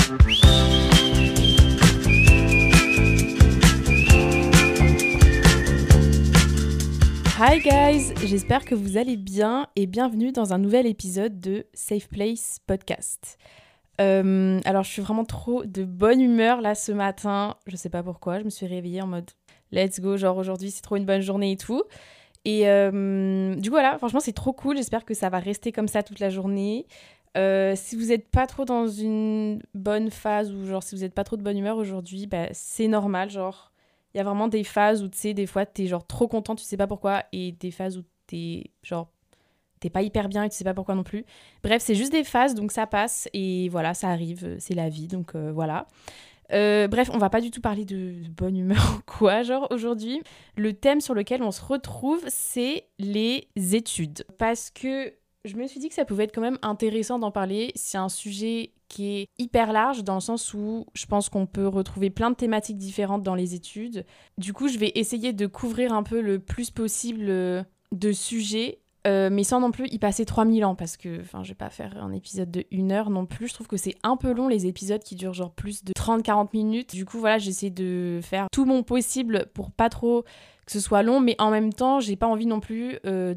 Hi guys, j'espère que vous allez bien et bienvenue dans un nouvel épisode de Safe Place Podcast. Alors je suis vraiment trop de bonne humeur là ce matin, je sais pas pourquoi, je me suis réveillée en mode let's go, genre aujourd'hui c'est trop une bonne journée et tout. Et du coup voilà, franchement c'est trop cool, j'espère que ça va rester comme ça toute la journée. Si vous n'êtes pas trop dans une bonne phase ou genre si vous n'êtes pas trop de bonne humeur aujourd'hui, bah, c'est normal, genre il y a vraiment des phases où tu sais des fois t'es genre trop content, tu sais pas pourquoi, et des phases où t'es genre t'es pas hyper bien et tu sais pas pourquoi non plus. Bref, c'est juste des phases, donc ça passe et voilà, ça arrive, c'est la vie, donc voilà. Bref, on va pas du tout parler de bonne humeur ou quoi, genre aujourd'hui. Le thème sur lequel on se retrouve, c'est les études. Parce que je me suis dit que ça pouvait être quand même intéressant d'en parler. C'est un sujet qui est hyper large dans le sens où je pense qu'on peut retrouver plein de thématiques différentes dans les études. Du coup, je vais essayer de couvrir un peu le plus possible de sujets, mais sans non plus y passer 3000 ans, parce que je vais pas faire un épisode de 1 heure non plus. Je trouve que c'est un peu long, les épisodes qui durent genre plus de 30-40 minutes. Du coup, voilà, j'essaie de faire tout mon possible pour pas trop que ce soit long, mais en même temps, j'ai pas envie non plus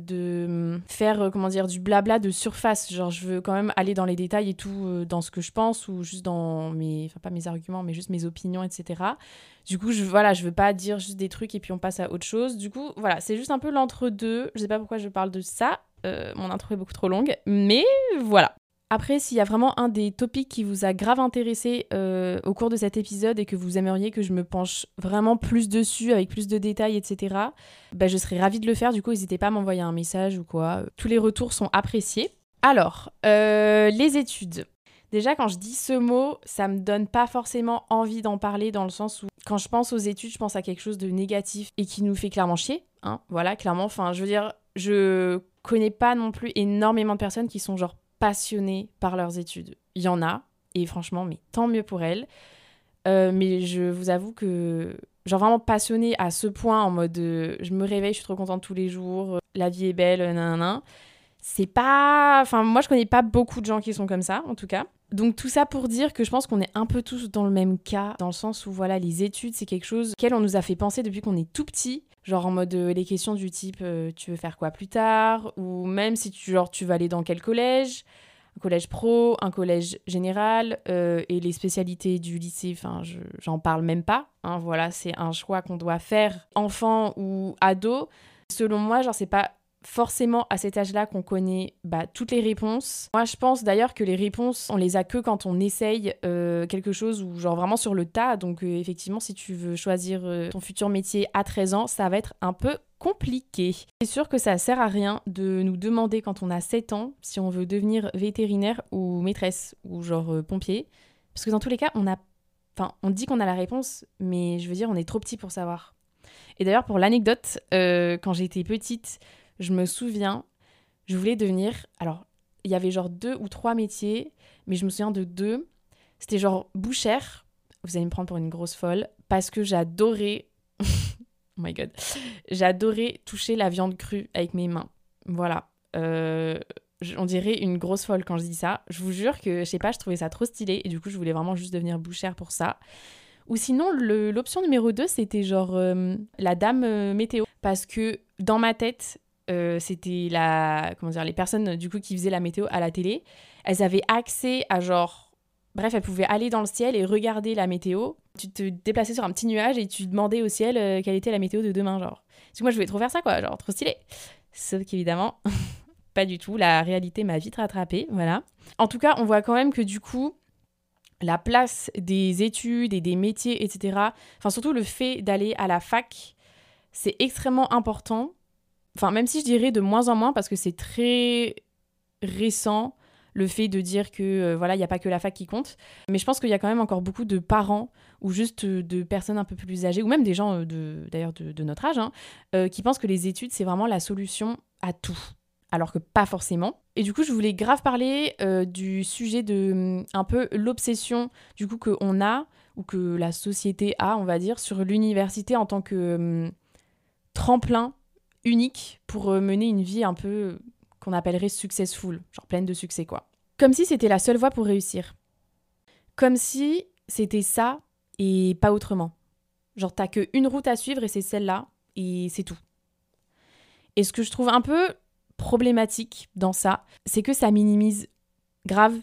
de faire, du blabla de surface. Genre, je veux quand même aller dans les détails et tout, dans ce que je pense, ou juste dans pas mes arguments, mais juste mes opinions, etc. Du coup, je veux pas dire juste des trucs et puis on passe à autre chose. Du coup, voilà, c'est juste un peu l'entre-deux. Je sais pas pourquoi je parle de ça. Mon intro est beaucoup trop longue, mais voilà. Après, s'il y a vraiment un des topics qui vous a grave intéressé au cours de cet épisode et que vous aimeriez que je me penche vraiment plus dessus, avec plus de détails, etc., bah, je serais ravie de le faire. Du coup, n'hésitez pas à m'envoyer un message ou quoi. Tous les retours sont appréciés. Alors, les études. Déjà, quand je dis ce mot, ça me donne pas forcément envie d'en parler, dans le sens où, quand je pense aux études, je pense à quelque chose de négatif et qui nous fait clairement chier. Hein, voilà, clairement. Enfin, je veux dire, je connais pas non plus énormément de personnes qui sont genre passionnés par leurs études. Il y en a, et franchement, mais tant mieux pour elles. Mais je vous avoue que, genre vraiment passionnée à ce point, en mode je me réveille, je suis trop contente tous les jours, la vie est belle, nanana. C'est pas... Enfin, moi, je connais pas beaucoup de gens qui sont comme ça, en tout cas. Donc, tout ça pour dire que je pense qu'on est un peu tous dans le même cas, dans le sens où, voilà, les études, c'est quelque chose auquel on nous a fait penser depuis qu'on est tout petit. Genre en mode les questions du type tu veux faire quoi plus tard, ou même si tu veux aller dans quel collège, un collège pro, un collège général, et les spécialités du lycée, j'en parle même pas. Hein, voilà, c'est un choix qu'on doit faire enfant ou ado. Selon moi, genre c'est pas forcément à cet âge-là qu'on connaît toutes les réponses. Moi, je pense d'ailleurs que les réponses, on les a que quand on essaye quelque chose ou genre vraiment sur le tas. Donc effectivement, si tu veux choisir ton futur métier à 13 ans, ça va être un peu compliqué. C'est sûr que ça sert à rien de nous demander quand on a 7 ans si on veut devenir vétérinaire ou maîtresse ou genre pompier. Parce que dans tous les cas, on dit qu'on a la réponse, mais je veux dire, on est trop petit pour savoir. Et d'ailleurs, pour l'anecdote, quand j'étais petite, je me souviens, je voulais devenir... Alors, il y avait genre 2 ou 3 métiers, mais je me souviens de 2. C'était genre bouchère, vous allez me prendre pour une grosse folle, parce que j'adorais... oh my god. J'adorais toucher la viande crue avec mes mains. Voilà. On dirait une grosse folle quand je dis ça. Je vous jure que, je sais pas, je trouvais ça trop stylé, et du coup, je voulais vraiment juste devenir bouchère pour ça. Ou sinon, l'option numéro 2, c'était genre la dame météo. Parce que dans ma tête... c'était les personnes du coup qui faisaient la météo à la télé, elles avaient accès à elles pouvaient aller dans le ciel et regarder la météo. Tu te déplaçais sur un petit nuage et tu demandais au ciel quelle était la météo de demain, genre. Parce que moi je voulais trop faire ça, quoi, genre trop stylé. Sauf qu'évidemment, pas du tout, la réalité m'a vite rattrapée, voilà. En tout cas, on voit quand même que du coup, la place des études et des métiers, etc., surtout le fait d'aller à la fac, c'est extrêmement important. Enfin, même si je dirais de moins en moins, parce que c'est très récent, le fait de dire que, il n'y a pas que la fac qui compte. Mais je pense qu'il y a quand même encore beaucoup de parents, ou juste de personnes un peu plus âgées, ou même des gens, d'ailleurs, de notre âge, qui pensent que les études, c'est vraiment la solution à tout. Alors que pas forcément. Et du coup, je voulais grave parler du sujet de un peu l'obsession, du coup, qu'on a, ou que la société a, on va dire, sur l'université en tant que tremplin unique pour mener une vie un peu qu'on appellerait successful, genre pleine de succès, quoi. Comme si c'était la seule voie pour réussir. comme si c'était ça et pas autrement. Genre, t'as qu'une route à suivre et c'est celle-là, et c'est tout. Et ce que je trouve un peu problématique dans ça, c'est que ça minimise grave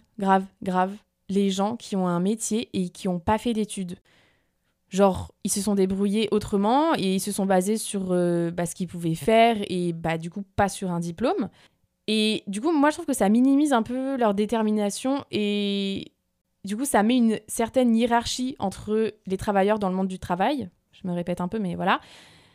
les gens qui ont un métier et qui n'ont pas fait d'études. Genre, ils se sont débrouillés autrement et ils se sont basés sur ce qu'ils pouvaient faire et du coup pas sur un diplôme. Et du coup, moi je trouve que ça minimise un peu leur détermination et du coup ça met une certaine hiérarchie entre les travailleurs dans le monde du travail. Je me répète un peu, mais voilà.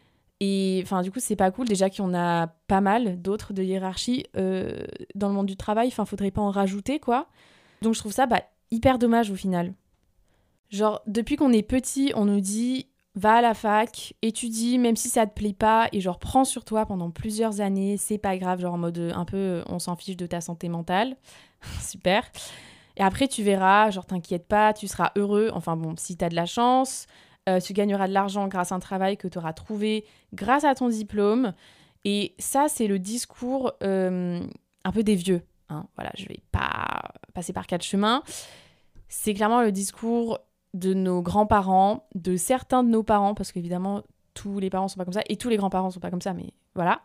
Et enfin, du coup, c'est pas cool. Déjà qu'il y en a pas mal d'autres de hiérarchie dans le monde du travail. Enfin, faudrait pas en rajouter, quoi. Donc, je trouve ça hyper dommage au final. Genre, depuis qu'on est petit, on nous dit va à la fac, étudie, même si ça te plaît pas, et genre, prends sur toi pendant plusieurs années. C'est pas grave, genre en mode un peu on s'en fiche de ta santé mentale. Super. Et après, tu verras, genre, t'inquiète pas, tu seras heureux. Enfin, bon, si t'as de la chance. Tu gagneras de l'argent grâce à un travail que tu auras trouvé grâce à ton diplôme. Et ça, c'est le discours un peu des vieux. Hein. Voilà, je vais pas passer par quatre chemins. C'est clairement le discours de nos grands-parents, de certains de nos parents, parce qu'évidemment, tous les parents sont pas comme ça, et tous les grands-parents sont pas comme ça, mais voilà.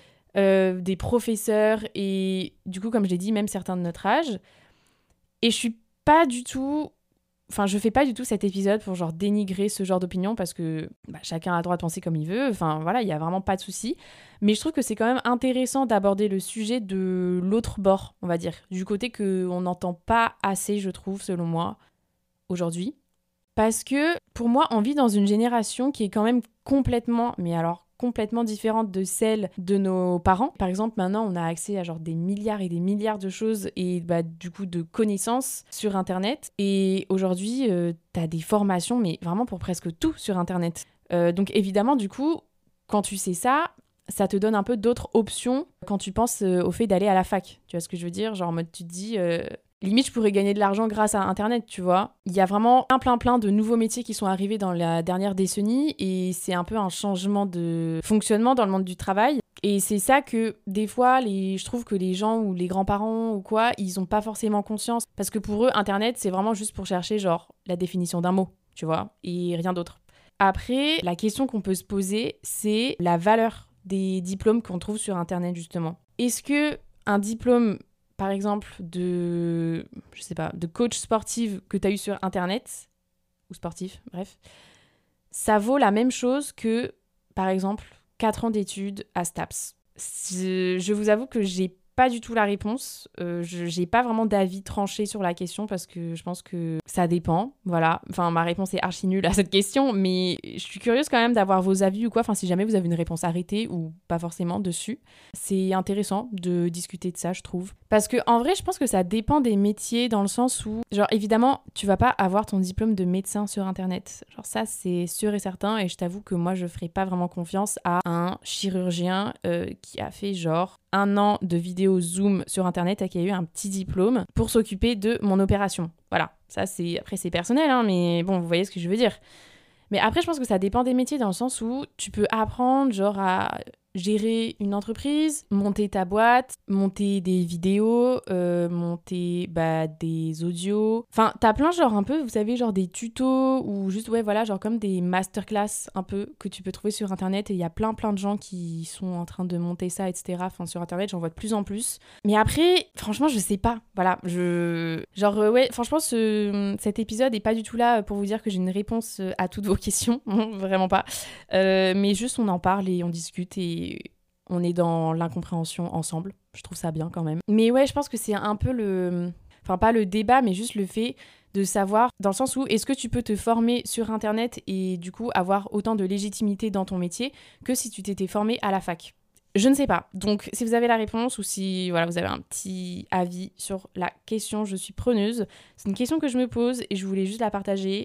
Des professeurs, et du coup, comme je l'ai dit, même certains de notre âge. Et je suis pas du tout... Enfin, je fais pas du tout cet épisode pour genre dénigrer ce genre d'opinion parce que chacun a le droit de penser comme il veut. Enfin, voilà, il y a vraiment pas de souci. Mais je trouve que c'est quand même intéressant d'aborder le sujet de l'autre bord, on va dire. Du côté qu'on n'entend pas assez, je trouve, selon moi, aujourd'hui. Parce que, pour moi, on vit dans une génération qui est quand même complètement, mais alors complètement différente de celle de nos parents. Par exemple, maintenant, on a accès à genre des milliards et des milliards de choses et du coup de connaissances sur Internet. Et aujourd'hui, t'as des formations, mais vraiment pour presque tout sur Internet. Donc évidemment, du coup, quand tu sais ça, ça te donne un peu d'autres options quand tu penses au fait d'aller à la fac. Tu vois ce que je veux dire? Genre en mode, tu te dis... Limite, je pourrais gagner de l'argent grâce à Internet, tu vois. Il y a vraiment plein de nouveaux métiers qui sont arrivés dans la dernière décennie et c'est un peu un changement de fonctionnement dans le monde du travail. Et c'est ça que, des fois, je trouve que les gens ou les grands-parents ou quoi, ils ont pas forcément conscience. Parce que pour eux, Internet, c'est vraiment juste pour chercher, genre, la définition d'un mot, tu vois, et rien d'autre. Après, la question qu'on peut se poser, c'est la valeur des diplômes qu'on trouve sur Internet, justement. Est-ce que un diplôme... par exemple, de coach sportive que tu as eu sur Internet, ou sportif, bref, ça vaut la même chose que, par exemple, 4 ans d'études à STAPS. Je vous avoue que j'ai pas du tout la réponse. J'ai pas vraiment d'avis tranché sur la question parce que je pense que ça dépend. Voilà. Enfin, ma réponse est archi nulle à cette question, mais je suis curieuse quand même d'avoir vos avis ou quoi. Enfin, si jamais vous avez une réponse arrêtée ou pas forcément dessus. C'est intéressant de discuter de ça, je trouve. Parce que en vrai, je pense que ça dépend des métiers dans le sens où, genre, évidemment, tu vas pas avoir ton diplôme de médecin sur Internet. Genre, ça, c'est sûr et certain. Et je t'avoue que moi, je ferai pas vraiment confiance à un chirurgien qui a fait genre 1 an de vidéo Zoom sur Internet et qui a eu un petit diplôme pour s'occuper de mon opération. Voilà, ça après c'est personnel, hein, mais bon, vous voyez ce que je veux dire. Mais après, je pense que ça dépend des métiers dans le sens où tu peux apprendre genre à gérer une entreprise, monter ta boîte, monter des vidéos, monter des audios. Enfin, t'as plein genre un peu, vous savez, genre des tutos ou juste, ouais, voilà, genre comme des masterclass un peu que tu peux trouver sur Internet et il y a plein de gens qui sont en train de monter ça, etc. Enfin, sur Internet, j'en vois de plus en plus. Mais après, franchement, je sais pas. Voilà, ouais, franchement, cet épisode est pas du tout là pour vous dire que j'ai une réponse à toutes vos questions. Vraiment pas. Mais juste, on en parle et on discute et on est dans l'incompréhension ensemble. Je trouve ça bien quand même. Mais ouais, je pense que c'est un peu enfin, pas le débat, mais juste le fait de savoir, dans le sens où est-ce que tu peux te former sur Internet et du coup avoir autant de légitimité dans ton métier que si tu t'étais formé à la fac. Je ne sais pas. Donc, si vous avez la réponse ou si voilà, vous avez un petit avis sur la question, je suis preneuse. C'est une question que je me pose et je voulais juste la partager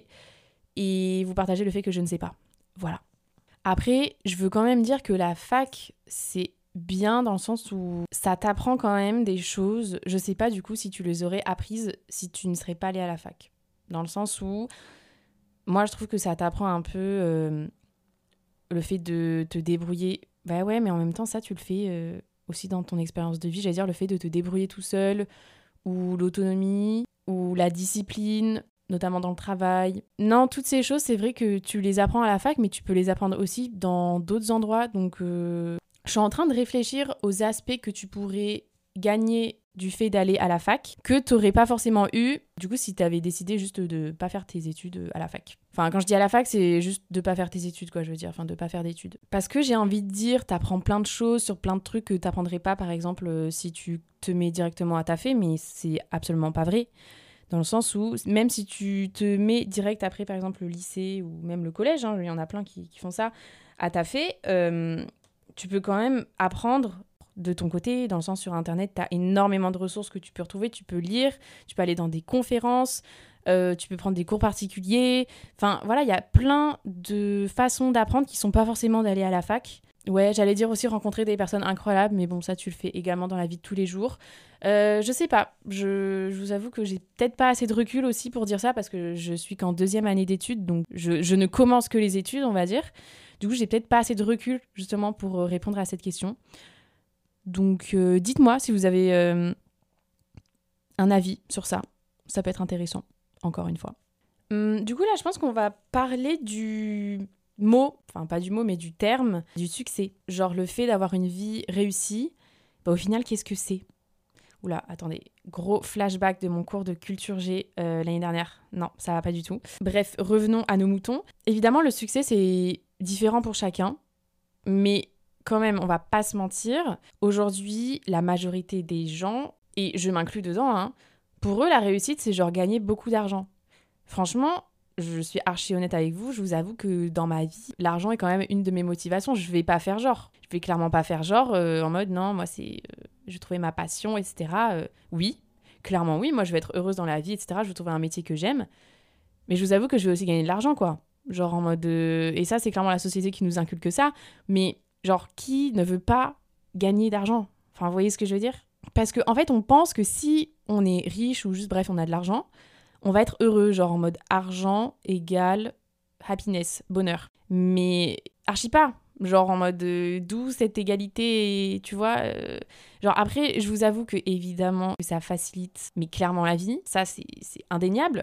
et vous partager le fait que je ne sais pas. Voilà. Après, je veux quand même dire que la fac, c'est bien dans le sens où ça t'apprend quand même des choses. Je sais pas du coup si tu les aurais apprises si tu ne serais pas allé à la fac. Dans le sens où, moi je trouve que ça t'apprend un peu le fait de te débrouiller. Bah ouais, mais en même temps, ça tu le fais aussi dans ton expérience de vie. J'allais dire le fait de te débrouiller tout seul, ou l'autonomie, ou la discipline. notamment dans le travail. Non, toutes ces choses, c'est vrai que tu les apprends à la fac, mais tu peux les apprendre aussi dans d'autres endroits. Donc, je suis en train de réfléchir aux aspects que tu pourrais gagner du fait d'aller à la fac, que tu n'aurais pas forcément eu, du coup, si tu avais décidé juste de pas faire tes études à la fac. Enfin, quand je dis à la fac, c'est juste de pas faire tes études, quoi, je veux dire, enfin, de pas faire d'études. Parce que j'ai envie de dire, t'apprends plein de choses sur plein de trucs que t'apprendrais pas, par exemple, si tu te mets directement à taffer, mais c'est absolument pas vrai. Dans le sens où, même si tu te mets direct après, par exemple, le lycée ou même le collège, hein, il y en a plein qui font ça, à taffer, tu peux quand même apprendre de ton côté, dans le sens sur Internet, tu as énormément de ressources que tu peux retrouver, tu peux lire, tu peux aller dans des conférences, tu peux prendre des cours particuliers. Enfin, voilà, il y a plein de façons d'apprendre qui sont pas forcément d'aller à la fac. Ouais, j'allais dire aussi rencontrer des personnes incroyables, mais bon, ça, tu le fais également dans la vie de tous les jours. Je sais pas, je vous avoue que j'ai peut-être pas assez de recul aussi pour dire ça, parce que je suis qu'en 2e année d'études, donc je ne commence que les études, on va dire. Du coup, j'ai peut-être pas assez de recul, justement, pour répondre à cette question. Donc, dites-moi si vous avez un avis sur ça. Ça peut être intéressant, encore une fois. Du coup, là, je pense qu'on va parler du mot, enfin pas du mot, mais du terme, du succès. Genre le fait d'avoir une vie réussie, bah, au final, qu'est-ce que c'est ? Oula, attendez, gros flashback de mon cours de culture G l'année dernière. Non, ça va pas du tout. Bref, revenons à nos moutons. Évidemment, le succès, c'est différent pour chacun, mais quand même, on va pas se mentir, aujourd'hui, la majorité des gens, et je m'inclus dedans, hein, pour eux, la réussite, c'est genre gagner beaucoup d'argent. Franchement, je suis archi honnête avec vous, je vous avoue que dans ma vie, l'argent est quand même une de mes motivations. Je vais pas faire genre. Je vais clairement pas faire genre en mode non, moi c'est... je vais trouver ma passion, etc. Oui, clairement oui, moi je vais être heureuse dans la vie, etc. Je vais trouver un métier que j'aime. Mais je vous avoue que je vais aussi gagner de l'argent, quoi. Genre en mode... Et ça, c'est clairement la société qui nous inculque ça. Mais genre, qui ne veut pas gagner d'argent ? Enfin, vous voyez ce que je veux dire ? Parce qu'en fait, on pense que si on est riche ou juste, bref, on a de l'argent, on va être heureux, genre en mode argent égale happiness, bonheur. Mais archi pas. Genre en mode d'où cette égalité, tu vois. Genre après, je vous avoue que évidemment, ça facilite, mais clairement la vie. Ça, c'est indéniable.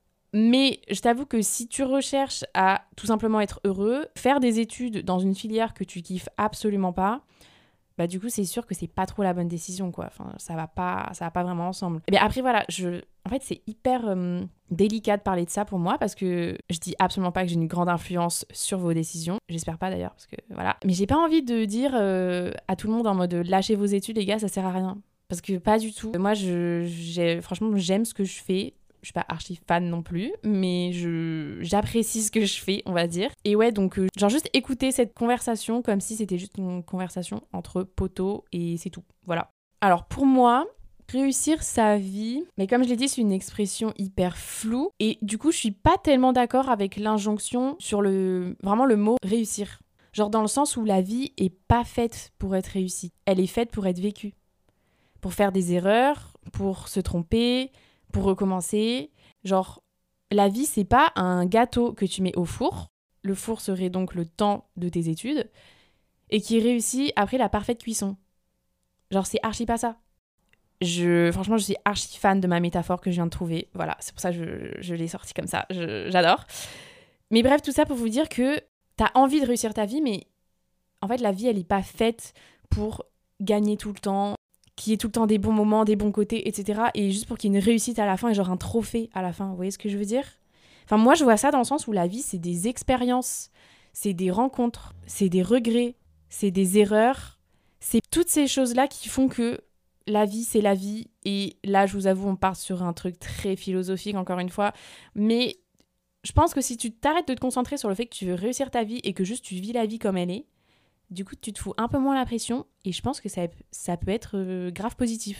Mais je t'avoue que si tu recherches à tout simplement être heureux, faire des études dans une filière que tu kiffes absolument pas, bah du coup c'est sûr que c'est pas trop la bonne décision, quoi. Enfin, ça va pas vraiment ensemble. Mais après voilà, en fait c'est hyper délicat de parler de ça pour moi, parce que je dis absolument pas que j'ai une grande influence sur vos décisions. J'espère pas d'ailleurs, parce que voilà. Mais j'ai pas envie de dire à tout le monde en mode lâchez vos études les gars, ça sert à rien. Parce que pas du tout. Moi franchement j'aime ce que je fais. Je suis pas archi fan non plus, mais j'apprécie ce que je fais, on va dire. Et ouais, donc genre juste écouter cette conversation comme si c'était juste une conversation entre potos et c'est tout. Voilà. Alors pour moi, réussir sa vie, mais comme je l'ai dit, c'est une expression hyper floue et du coup, je suis pas tellement d'accord avec l'injonction sur vraiment le mot réussir. Genre dans le sens où la vie est pas faite pour être réussie. Elle est faite pour être vécue. Pour faire des erreurs, pour se tromper, pour recommencer. Genre, la vie, c'est pas un gâteau que tu mets au four. Le four serait donc le temps de tes études et qui réussit après la parfaite cuisson. Genre, c'est archi pas ça. Franchement, je suis archi fan de ma métaphore que je viens de trouver. Voilà, c'est pour ça que je l'ai sortie comme ça. J'adore. Mais bref, tout ça pour vous dire que t'as envie de réussir ta vie, mais en fait, la vie, elle est pas faite pour gagner tout le temps, qu'il y ait tout le temps des bons moments, des bons côtés, etc. Et juste pour qu'il y ait une réussite à la fin et genre un trophée à la fin. Vous voyez ce que je veux dire ? Enfin, moi, je vois ça dans le sens où la vie, c'est des expériences, c'est des rencontres, c'est des regrets, c'est des erreurs. C'est toutes ces choses-là qui font que la vie, c'est la vie. Et là, je vous avoue, on part sur un truc très philosophique, encore une fois. Mais je pense que si tu t'arrêtes de te concentrer sur le fait que tu veux réussir ta vie et que juste tu vis la vie comme elle est, du coup, tu te fous un peu moins la pression et je pense que ça peut être grave positif.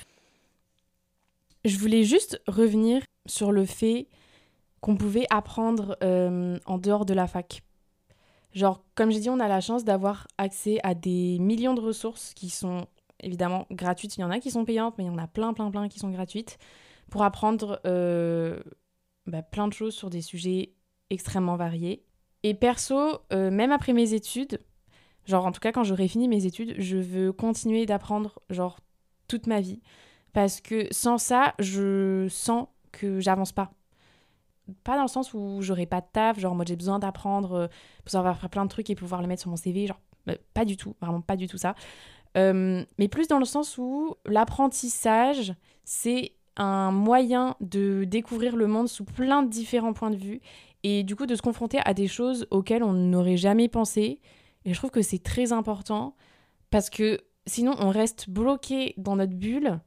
Je voulais juste revenir sur le fait qu'on pouvait apprendre en dehors de la fac. Genre, comme j'ai dit, on a la chance d'avoir accès à des millions de ressources qui sont évidemment gratuites. Il y en a qui sont payantes, mais il y en a plein qui sont gratuites pour apprendre plein de choses sur des sujets extrêmement variés. Et perso, même après mes études, genre, en tout cas, quand j'aurai fini mes études, je veux continuer d'apprendre, genre, toute ma vie. Parce que sans ça, je sens que j'avance pas. pas dans le sens où j'aurais pas de taf, genre en mode j'ai besoin d'apprendre pour savoir faire plein de trucs et pouvoir les mettre sur mon CV, genre pas du tout, vraiment pas du tout ça. Mais plus dans le sens où l'apprentissage, c'est un moyen de découvrir le monde sous plein de différents points de vue et du coup de se confronter à des choses auxquelles on n'aurait jamais pensé. Et je trouve que c'est très important parce que sinon on reste bloqué dans notre bulle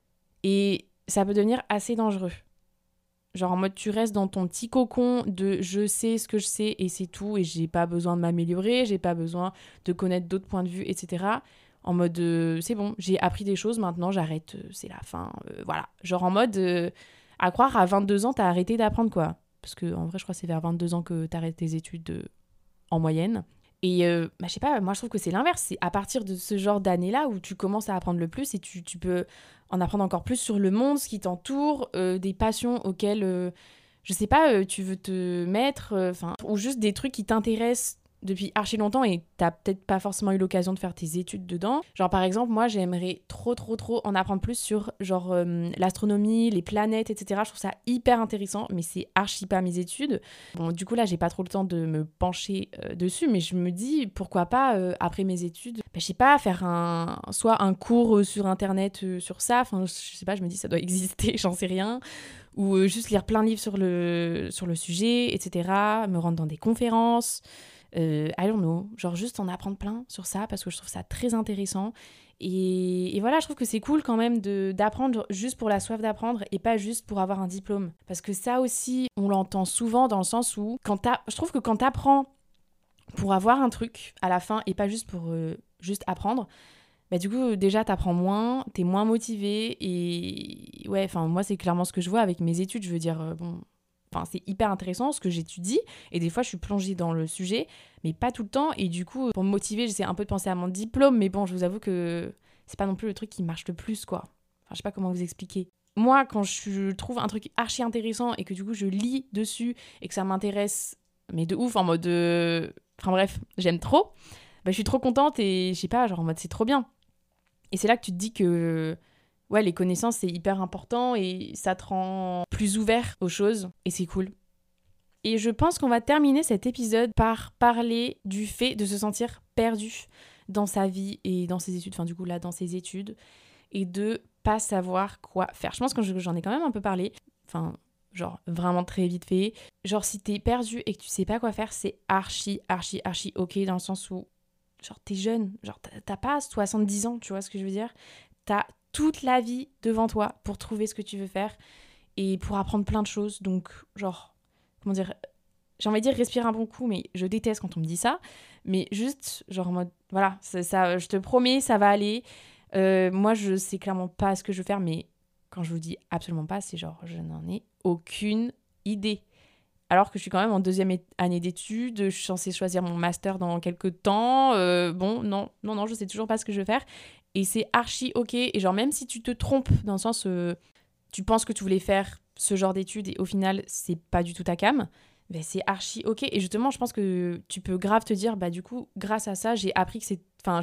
et ça peut devenir assez dangereux. Genre en mode tu restes dans ton petit cocon de je sais ce que je sais et c'est tout et j'ai pas besoin de m'améliorer, j'ai pas besoin de connaître d'autres points de vue, etc. En mode c'est bon, j'ai appris des choses, maintenant j'arrête, c'est la fin, voilà. Genre en mode à croire à 22 ans t'as arrêté d'apprendre quoi. Parce que en vrai je crois que c'est vers 22 ans que t'arrêtes tes études en moyenne. Et je sais pas, moi je trouve que c'est l'inverse. C'est à partir de ce genre d'année-là où tu commences à apprendre le plus et tu peux en apprendre encore plus sur le monde, ce qui t'entoure, des passions auxquelles, je sais pas, tu veux te mettre, ou juste des trucs qui t'intéressent depuis archi longtemps et t'as peut-être pas forcément eu l'occasion de faire tes études dedans. Genre par exemple, moi j'aimerais trop en apprendre plus sur genre l'astronomie, les planètes, etc. Je trouve ça hyper intéressant, mais c'est archi pas mes études. Bon, du coup là j'ai pas trop le temps de me pencher dessus, mais je me dis pourquoi pas après mes études, je sais pas, faire soit un cours sur internet sur ça, enfin je sais pas, je me dis ça doit exister, j'en sais rien. Ou juste lire plein de livres sur le sujet, etc. Me rendre dans des conférences. I don't know, genre juste en apprendre plein sur ça parce que je trouve ça très intéressant et voilà, je trouve que c'est cool quand même d'apprendre juste pour la soif d'apprendre et pas juste pour avoir un diplôme parce que ça aussi on l'entend souvent dans le sens où je trouve que quand t'apprends pour avoir un truc à la fin et pas juste pour juste apprendre, bah du coup déjà t'apprends moins, t'es moins motivé et ouais, enfin moi c'est clairement ce que je vois avec mes études, je veux dire bon. Enfin, c'est hyper intéressant ce que j'étudie et des fois je suis plongée dans le sujet mais pas tout le temps et du coup pour me motiver j'essaie un peu de penser à mon diplôme mais bon je vous avoue que c'est pas non plus le truc qui marche le plus quoi. Enfin je sais pas comment vous expliquer. Moi quand je trouve un truc archi intéressant et que du coup je lis dessus et que ça m'intéresse mais de ouf en mode enfin bref j'aime trop, bah je suis trop contente et je sais pas genre en mode c'est trop bien. Et c'est là que tu te dis que ouais, les connaissances, c'est hyper important et ça te rend plus ouvert aux choses et c'est cool. Et je pense qu'on va terminer cet épisode par parler du fait de se sentir perdu dans sa vie et dans ses études, enfin du coup là dans ses études, et de pas savoir quoi faire. Je pense que j'en ai quand même un peu parlé, enfin genre vraiment très vite fait. Genre si t'es perdu et que tu sais pas quoi faire, c'est archi ok dans le sens où genre t'es jeune, genre t'as pas 70 ans, tu vois ce que je veux dire. T'as toute la vie devant toi pour trouver ce que tu veux faire et pour apprendre plein de choses. Donc, genre, comment dire, j'ai envie de dire respirer un bon coup, mais je déteste quand on me dit ça. Mais juste, genre en mode, voilà, ça, je te promets, ça va aller. Moi, je sais clairement pas ce que je veux faire, mais quand je vous dis absolument pas, c'est genre, je n'en ai aucune idée. Alors que je suis quand même en deuxième année d'études, je suis censée choisir mon master dans quelques temps. Bon, non, je sais toujours pas ce que je veux faire. Et c'est archi ok. Et genre, même si tu te trompes dans le sens, tu penses que tu voulais faire ce genre d'études et au final, c'est pas du tout ta came, ben c'est archi ok. Et justement, je pense que tu peux grave te dire, bah du coup, grâce à ça, j'ai appris que c'est... Enfin,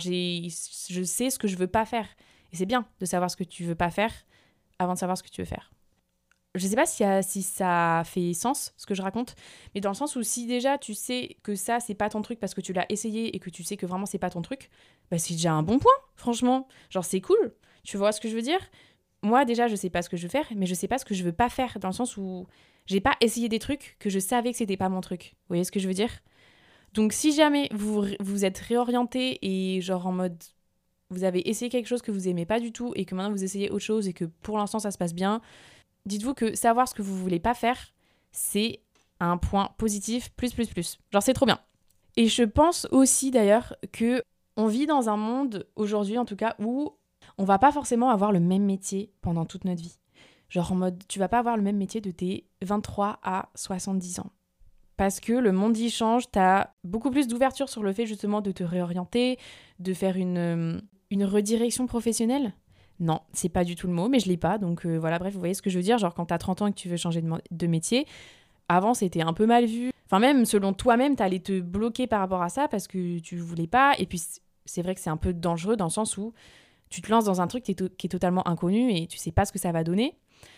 je sais ce que je veux pas faire. Et c'est bien de savoir ce que tu veux pas faire avant de savoir ce que tu veux faire. Je sais pas si ça fait sens, ce que je raconte, mais dans le sens où si déjà tu sais que ça, c'est pas ton truc parce que tu l'as essayé et que tu sais que vraiment c'est pas ton truc, bah c'est déjà un bon point, franchement. Genre c'est cool, tu vois ce que je veux dire? Moi déjà, je sais pas ce que je veux faire, mais je sais pas ce que je veux pas faire, dans le sens où j'ai pas essayé des trucs que je savais que c'était pas mon truc. Vous voyez ce que je veux dire? Donc si jamais vous êtes réorienté et genre en mode vous avez essayé quelque chose que vous aimez pas du tout et que maintenant vous essayez autre chose et que pour l'instant ça se passe bien, dites-vous que savoir ce que vous voulez pas faire, c'est un point positif plus. Genre c'est trop bien. Et je pense aussi d'ailleurs que on vit dans un monde aujourd'hui en tout cas où on va pas forcément avoir le même métier pendant toute notre vie. Genre en mode tu vas pas avoir le même métier de tes 23 à 70 ans. Parce que le monde y change, t'as beaucoup plus d'ouverture sur le fait justement de te réorienter, de faire une redirection professionnelle. Non, c'est pas du tout le mot, mais je l'ai pas. Donc voilà, bref, vous voyez ce que je veux dire. Genre quand t'as 30 ans et que tu veux changer de métier, avant c'était un peu mal vu. Enfin même selon toi-même, t'allais te bloquer par rapport à ça parce que tu voulais pas. Et puis c'est vrai que c'est un peu dangereux dans le sens où tu te lances dans un truc qui est totalement inconnu et tu sais pas ce que ça va donner.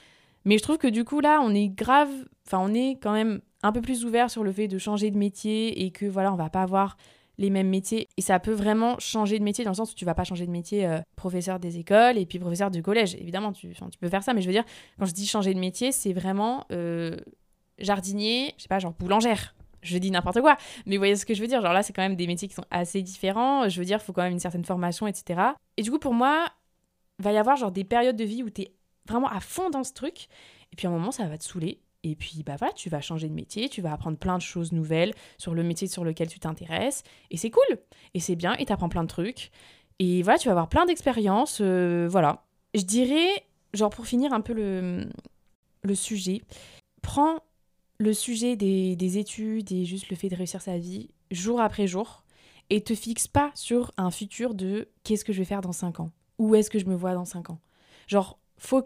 Mais je trouve que du coup, là, on est quand même un peu plus ouvert sur le fait de changer de métier et que voilà, on va pas avoir les mêmes métiers. Et ça peut vraiment changer de métier dans le sens où tu vas pas changer de métier professeur des écoles et puis professeur du collège. Évidemment, tu peux faire ça, mais je veux dire, quand je dis changer de métier, c'est vraiment jardinier, je sais pas, genre boulangère. Je dis n'importe quoi, mais vous voyez ce que je veux dire. Genre là, c'est quand même des métiers qui sont assez différents. Je veux dire, il faut quand même une certaine formation, etc. Et du coup, pour moi, va y avoir genre des périodes de vie où t'es vraiment à fond dans ce truc. Et puis à un moment, ça va te saouler. Et puis bah voilà, tu vas changer de métier, tu vas apprendre plein de choses nouvelles sur le métier sur lequel tu t'intéresses. Et c'est cool. Et c'est bien. Et t'apprends plein de trucs. Et voilà, tu vas avoir plein d'expériences. Voilà. Je dirais, genre pour finir un peu le sujet, prends le sujet des études et juste le fait de réussir sa vie jour après jour et te fixe pas sur un futur de qu'est-ce que je vais faire dans 5 ans, où est-ce que je me vois dans 5 ans. Genre,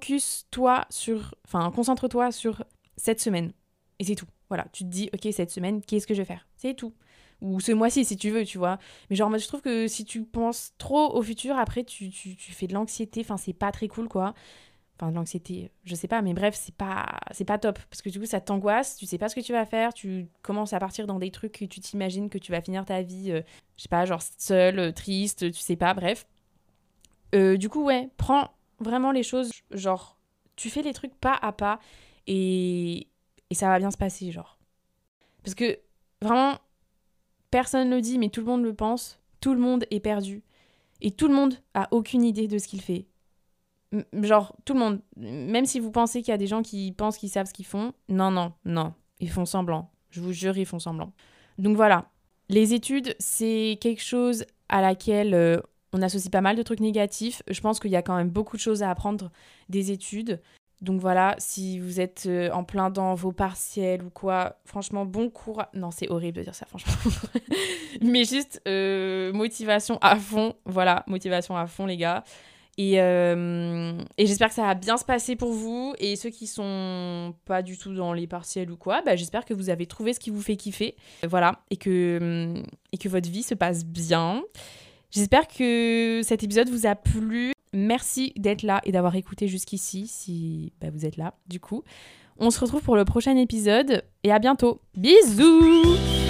concentre-toi sur cette semaine et c'est tout. Voilà, tu te dis, ok, cette semaine, qu'est-ce que je vais faire? C'est tout. Ou ce mois-ci, si tu veux, tu vois. Mais genre, moi, je trouve que si tu penses trop au futur, après, tu fais de l'anxiété. Enfin, c'est pas très cool, quoi. Enfin, de l'anxiété, je sais pas, mais bref, c'est pas top. Parce que du coup, ça t'angoisse, tu sais pas ce que tu vas faire, tu commences à partir dans des trucs que tu t'imagines que tu vas finir ta vie, je sais pas, genre seule, triste, tu sais pas, bref. Du coup, ouais, prends vraiment les choses, genre, tu fais les trucs pas à pas et ça va bien se passer, genre. Parce que vraiment, personne le dit, mais tout le monde le pense, tout le monde est perdu et tout le monde a aucune idée de ce qu'il fait. Genre, tout le monde, même si vous pensez qu'il y a des gens qui pensent qu'ils savent ce qu'ils font, non, ils font semblant. Je vous jure, ils font semblant. Donc voilà, les études, c'est quelque chose à laquelle on associe pas mal de trucs négatifs. Je pense qu'il y a quand même beaucoup de choses à apprendre des études. Donc voilà, si vous êtes en plein dans vos partiels ou quoi, franchement, bon courage. Non, c'est horrible de dire ça, franchement. Mais juste, motivation à fond. Voilà, motivation à fond, les gars. Et j'espère que ça va bien se passer pour vous. Et ceux qui sont pas du tout dans les partiels ou quoi, bah, j'espère que vous avez trouvé ce qui vous fait kiffer. Voilà. Et que votre vie se passe bien. J'espère que cet épisode vous a plu. Merci d'être là et d'avoir écouté jusqu'ici, si bah, vous êtes là, du coup. On se retrouve pour le prochain épisode. Et à bientôt. Bisous!